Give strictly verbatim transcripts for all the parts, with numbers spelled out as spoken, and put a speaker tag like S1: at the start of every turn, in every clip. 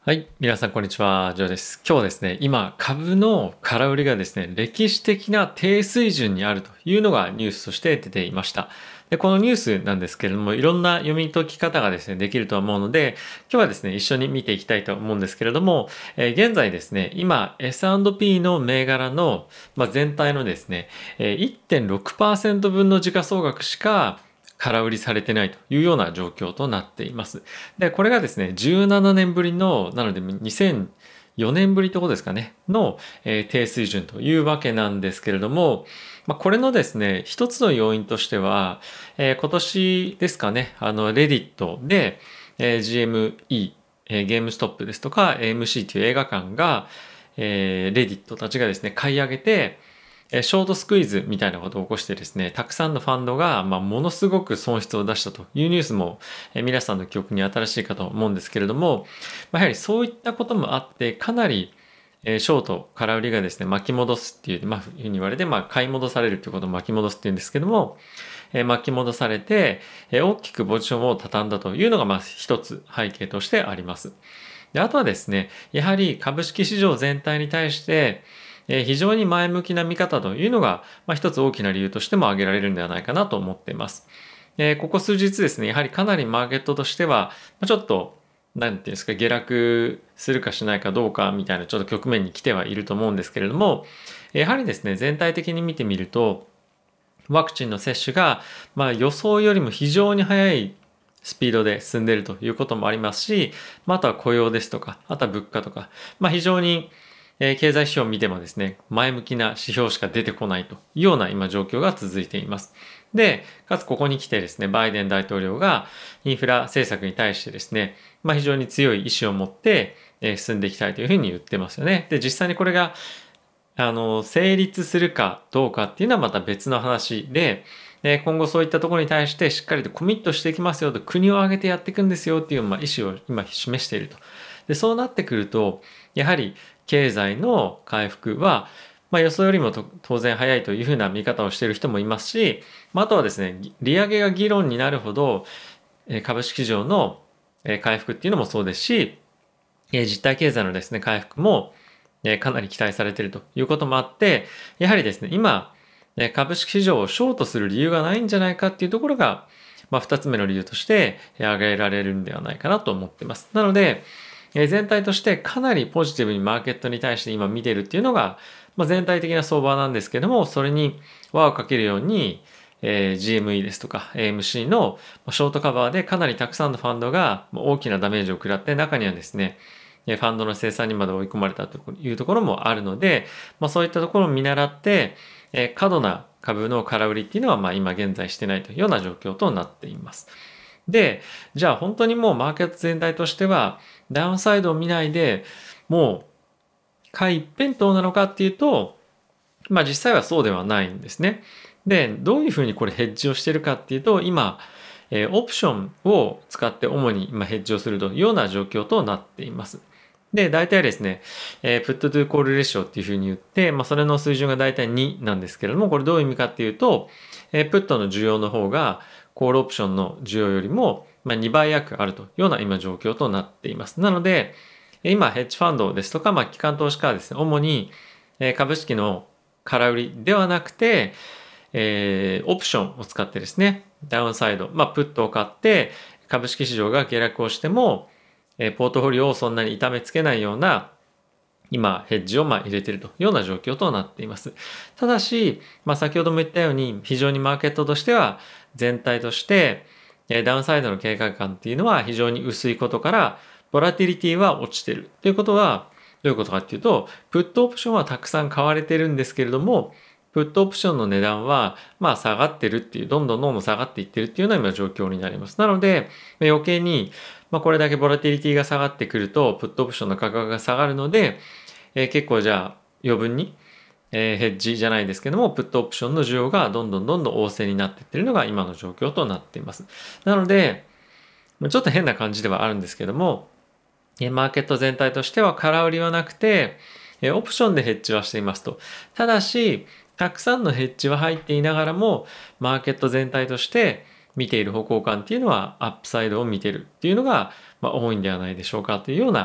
S1: はい。皆さん、こんにちは。ジョーです。今日はですね、今、株の空売りがですね、歴史的な低水準にあるというのがニュースとして出ていました。で、このニュースなんですけれども、いろんな読み解き方がですね、できると思うので、今日はですね、一緒に見ていきたいと思うんですけれども、えー現在ですね、今、エスアンドピー の銘柄の、まあ、全体のですね、えーいってんろくパーセント分の時価総額しか空売りされてないというような状況となっています。で、これがですね、じゅうななねんぶりの、なのでにせんよねんぶりってことですかね、の、えー低水準というわけなんですけれども、まあ、これのですね、一つの要因としては、えー今年ですかね、あの、レディットで、えー ジーエムイー、えーゲームストップですとか、エーエムシー という映画館が、えーレディットたちがですね、買い上げて、えショートスクイーズみたいなことを起こしてですね、たくさんのファンドが、まあ、ものすごく損失を出したというニュースも、え皆さんの記憶に新しいかと思うんですけれども、まあ、やはりそういったこともあって、かなり、えショート、空売りがですね、巻き戻すっていう、まあ、ふうに言われて、まあ、買い戻されるっていうことを巻き戻すっていうんですけども、え巻き戻されて、え大きくポジションを畳んだというのが、まあ、一つ背景としてあります。で、あとはですね、やはり株式市場全体に対して、えー非常に前向きな見方というのが、まあ、一つ大きな理由としても挙げられるんではないかなと思っています。えーここ数日ですね、やはりかなりマーケットとしては、まあちょっと、なんていうんですか、下落するかしないかどうかみたいなちょっと局面に来てはいると思うんですけれども、やはりですね、全体的に見てみると、ワクチンの接種が、まあ、予想よりも非常に速いスピードで進んでいるということもありますし、まあ、あとは雇用ですとか、あとは物価とか、まあ、非常にえー経済指標を見てもですね、前向きな指標しか出てこないというような今状況が続いています。で、かつここに来てですね、バイデン大統領がインフラ政策に対してですね、まあ、非常に強い意志を持ってえー進んでいきたいというふうに言ってますよね。で、実際にこれがあの、成立するかどうかっていうのはまた別の話で、え今後そういったところに対してしっかりとコミットしていきますよと、国を挙げてやっていくんですよっていう、まあ、意思を今示していると。で、そうなってくると、やはり経済の回復は、まあ、予想よりもと当然早いというふうな見方をしている人もいますし、まあ、あとはですね、利上げが議論になるほど、え株式市場のえ回復っていうのもそうですし、え実体経済のですね、回復も、えかなり期待されているということもあって、やはりですね、今、え株式市場をショートする理由がないんじゃないかっていうところが、まあ、二つ目の理由としてえ挙げられるんではないかなと思っています。なので、え全体としてかなりポジティブにマーケットに対して今見てるっていうのが、まあ、全体的な相場なんですけども、それに輪をかけるように、えー ジーエムイー ですとか エーエムシー のショートカバーでかなりたくさんのファンドが大きなダメージを食らって、中にはですね、ファンドの生産にまで追い込まれたというところもあるので、まあ、そういったところを見習って、え過度な株の空売りっていうのはまあ今現在してないというような状況となっています。で、じゃあ本当にもうマーケット全体としてはダウンサイドを見ないでもう買い一辺倒なのかっていうと、まあ実際はそうではないんですね。で、どういうふうにこれヘッジをしてるかっていうと、今、えーオプションを使って主に今ヘッジをするというような状況となっています。で、大体ですね、えー、プットトゥーコールレシオっていうふうに言って、まあ、それの水準が大体になんですけれども、これどういう意味かっていうと、えー、プットの需要の方が、コールオプションの需要よりも、まあ、にばい約あるというような今状況となっています。なので、今、ヘッジファンドですとか、まあ、機関投資家はですね、主に株式の空売りではなくて、えーオプションを使ってですね、ダウンサイド、まあ、プットを買って、株式市場が下落をしても、えーポートフォリオをそんなに痛めつけないような、今、ヘッジをまあ入れているというような状況となっています。ただし、まあ、先ほども言ったように、非常にマーケットとしては、全体として、えーダウンサイドの警戒感っていうのは非常に薄いことから、ボラティリティは落ちてる。ということは、どういうことかっていうと、プットオプションはたくさん買われてるんですけれども、プットオプションの値段は、まあ下がってるっていう、どんどんどんどん下がっていってるっていうような今状況になります。なので、余計に、まあこれだけボラティリティが下がってくると、プットオプションの価格が下がるので、えー結構じゃあ余分に、えーヘッジじゃないですけども、プットオプションの需要がどんどんどんどん旺盛になっていってるのが今の状況となっています。なので、ちょっと変な感じではあるんですけども、マーケット全体としては空売りはなくて、オプションでヘッジはしていますと。ただし、たくさんのヘッジは入っていながらも、マーケット全体として見ている方向感っていうのはアップサイドを見ているっていうのが、まあ、多いんではないでしょうかというような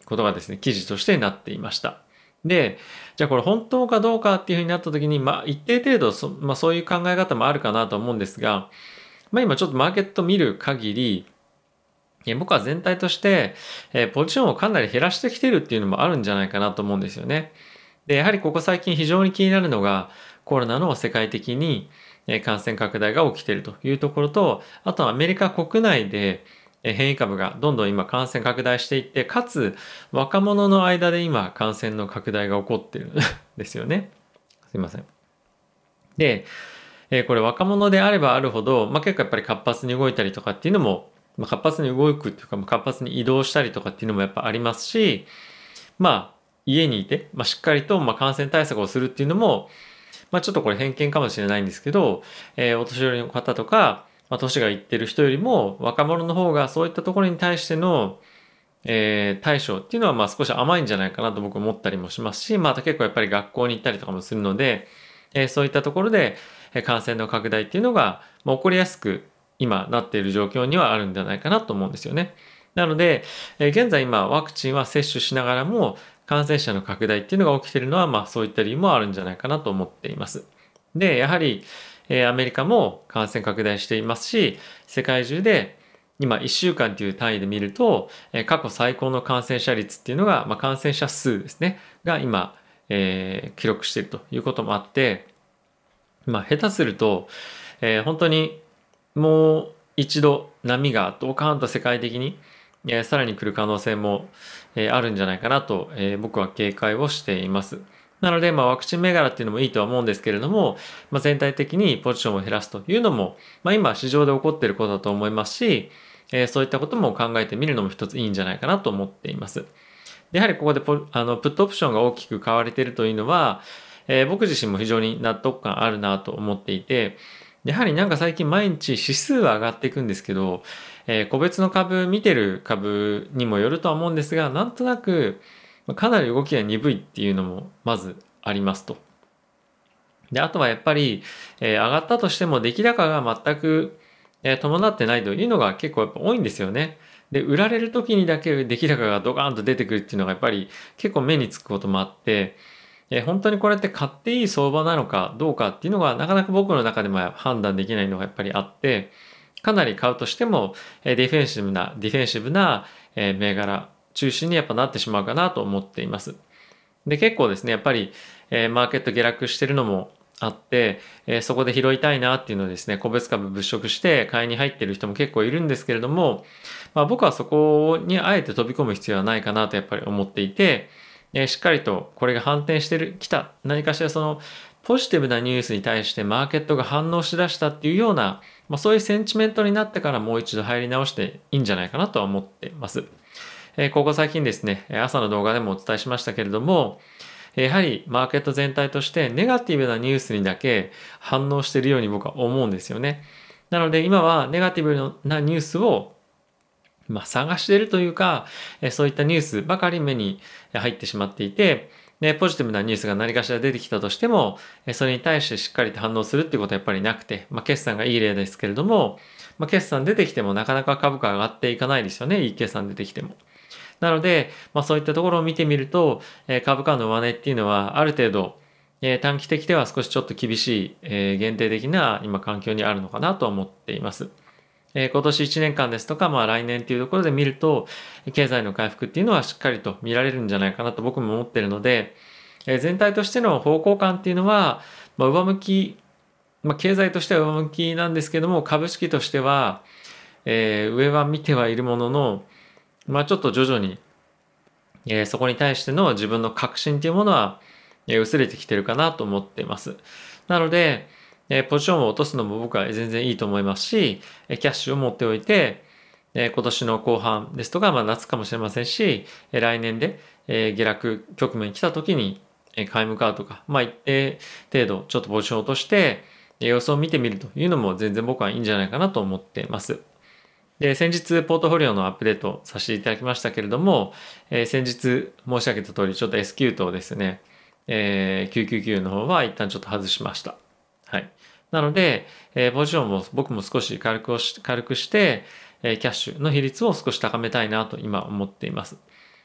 S1: ことがですね、記事としてなっていました。で、じゃあこれ本当かどうかっていうふうになった時に、まあ一定程度そ、まあそういう考え方もあるかなと思うんですが、まあ今ちょっとマーケット見る限り、え僕は全体として、えポジションをかなり減らしてきてるっていうのもあるんじゃないかなと思うんですよね。で、やはりここ最近非常に気になるのが、コロナの世界的に感染拡大が起きているというところと、あとはアメリカ国内で変異株がどんどん今感染拡大していって、かつ若者の間で今感染の拡大が起こっているんですよね。すいません。で、これ若者であればあるほど、まあ、結構やっぱり活発に動いたりとかっていうのも、まあ、活発に動くっていうか、活発に移動したりとかっていうのもやっぱありますし、まあ、家にいて、まあ、しっかりとまあ感染対策をするっていうのも、まあ、ちょっとこれ偏見かもしれないんですけど、えーお年寄りの方とか、まあ、年がいってる人よりも若者の方がそういったところに対しての、えー対処っていうのはまあ少し甘いんじゃないかなと僕思ったりもしますし、また結構やっぱり学校に行ったりとかもするので、えーそういったところでえー感染の拡大っていうのが、まあ、起こりやすく今なっている状況にはあるんじゃないかなと思うんですよね。なので、えー現在今ワクチンは接種しながらも感染者の拡大っていうのが起きているのは、まあそういった理由もあるんじゃないかなと思っています。で、やはり、えーアメリカも感染拡大していますし、世界中で今いっしゅうかんという単位で見ると、えー過去最高の感染者率っていうのが、まあ、感染者数ですね、が今、えー記録しているということもあって、まあ下手すると、えー本当にもう一度波がドカーンと世界的に、えーさらに来る可能性も、えーあるんじゃないかなと、えー僕は警戒をしています。なので、まあ、ワクチン銘柄っていうのもいいとは思うんですけれども、まあ、全体的にポジションを減らすというのも、まあ、今市場で起こっていることだと思いますし、えーそういったことも考えてみるのも一ついいんじゃないかなと思っています。でやはりここでポあのプットオプションが大きく買われているというのは、えー僕自身も非常に納得感あるなと思っていて、やはりなんか最近毎日指数は上がっていくんですけど、えー個別の株見てる株にもよるとは思うんですが、なんとなくかなり動きが鈍いっていうのもまずありますと。で、あとはやっぱり、えー上がったとしても出来高が全く、えー伴ってないというのが結構やっぱ多いんですよね。で、売られる時にだけ出来高がドカーンと出てくるっていうのがやっぱり結構目につくこともあって、えー本当にこれって買っていい相場なのかどうかっていうのがなかなか僕の中でも判断できないのがやっぱりあって、かなり買うとしても、えーディフェンシブな、ディフェンシブな、えー銘柄中心にやっぱなってしまうかなと思っています。で、結構ですね、やっぱり、えーマーケット下落してるのもあって、えーそこで拾いたいなっていうのをですね、個別株物色して買いに入ってる人も結構いるんですけれども、まあ、僕はそこにあえて飛び込む必要はないかなとやっぱり思っていて、えーしっかりとこれが反転してる、来た、何かしらそのポジティブなニュースに対してマーケットが反応しだしたっていうような、まあ、そういうセンチメントになってからもう一度入り直していいんじゃないかなとは思っています。えーここ最近ですね、朝の動画でもお伝えしましたけれども、やはりマーケット全体としてネガティブなニュースにだけ反応しているように僕は思うんですよね。なので今はネガティブなニュースをまあ探しているというか、えそういったニュースばかり目に入ってしまっていて、で、ポジティブなニュースが何かしら出てきたとしても、えそれに対してしっかりと反応するっていうことはやっぱりなくて、まあ決算がいい例ですけれども、まあ決算出てきてもなかなか株価上がっていかないですよね。いい決算出てきても。なので、まあ、そういったところを見てみると、えー株価の上値っていうのはある程度、えー短期的では少しちょっと厳しい、えー限定的な今環境にあるのかなと思っています。えー今年いちねんかんですとか、まあ来年っていうところで見ると、経済の回復っていうのはしっかりと見られるんじゃないかなと僕も思っているので、えー全体としての方向感っていうのは、まあ、上向き、まあ、経済としては上向きなんですけども、株式としては、えー上は見てはいるものの、まあちょっと徐々にえーそこに対しての自分の確信というものは、えー薄れてきてるかなと思っています。なので、えーポジションを落とすのも僕は全然いいと思いますし、えーキャッシュを持っておいて、えー今年の後半ですとか、まあ、夏かもしれませんし、えー来年で、えー下落局面に来た時に、えー買い向かうとか、まあ、一定程度ちょっとポジションを落として、えー様子を見てみるというのも全然僕はいいんじゃないかなと思っています。で、先日ポートフォリオのアップデートさせていただきましたけれども、えー先日申し上げた通り、ちょっと エスキュー とですね、えー、きゅうきゅうきゅうの方は一旦ちょっと外しました。はい。なので、えーポジションも僕も少し軽くし軽くして、えーキャッシュの比率を少し高めたいなと今思っています。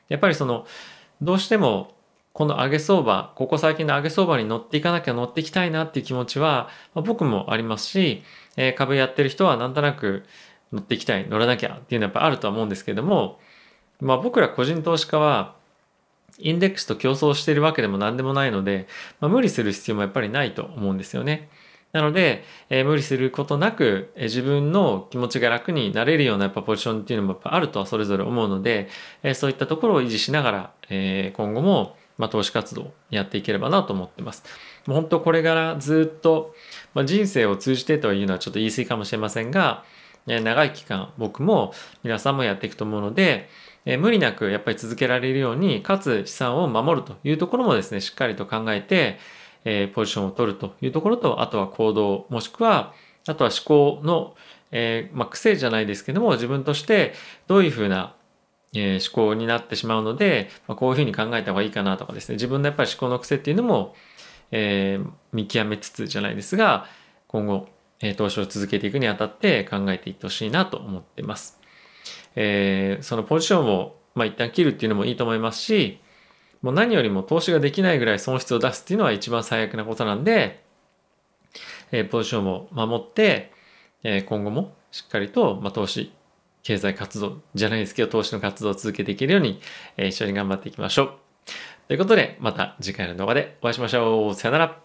S1: やっぱりその、どうしてもこの上げ相場、ここ最近の上げ相場に乗っていかなきゃ乗っていきたいなっていう気持ちは、まあ、僕もありますし、えー株やってる人はなんとなく乗っていきたい、乗らなきゃっていうのはやっぱあるとは思うんですけれども、まあ僕ら個人投資家は、インデックスと競争しているわけでも何でもないので、まあ、無理する必要もやっぱりないと思うんですよね。なので、えー無理することなく、えー自分の気持ちが楽になれるようなやっぱポジションっていうのもやっぱあるとはそれぞれ思うので、えーそういったところを維持しながら、えー今後も、まあ、投資活動をやっていければなと思ってます。もう本当これからずっと、まあ、人生を通じてというのはちょっと言い過ぎかもしれませんが、えー長い期間僕も皆さんもやっていくと思うので、えー無理なくやっぱり続けられるように、かつ資産を守るというところもですね、しっかりと考えて、えーポジションを取るというところと、あとは行動、もしくは、あとは思考の、えーまあ、癖じゃないですけども、自分としてどういうふうな、えー思考になってしまうので、まあ、こういうふうに考えた方がいいかなとかですね、自分のやっぱり思考の癖っていうのも、えー見極めつつじゃないですが、今後、えー投資を続けていくにあたって考えていってほしいなと思っています。えーそのポジションを、まあ、一旦切るっていうのもいいと思いますし、もう何よりも投資ができないぐらい損失を出すっていうのは一番最悪なことなんで、えーポジションを守って、えー今後もしっかりと、まあ、投資、経済活動じゃないですけど、投資の活動を続けていけるように、えー一緒に頑張っていきましょう。ということで、また次回の動画でお会いしましょう。さよなら。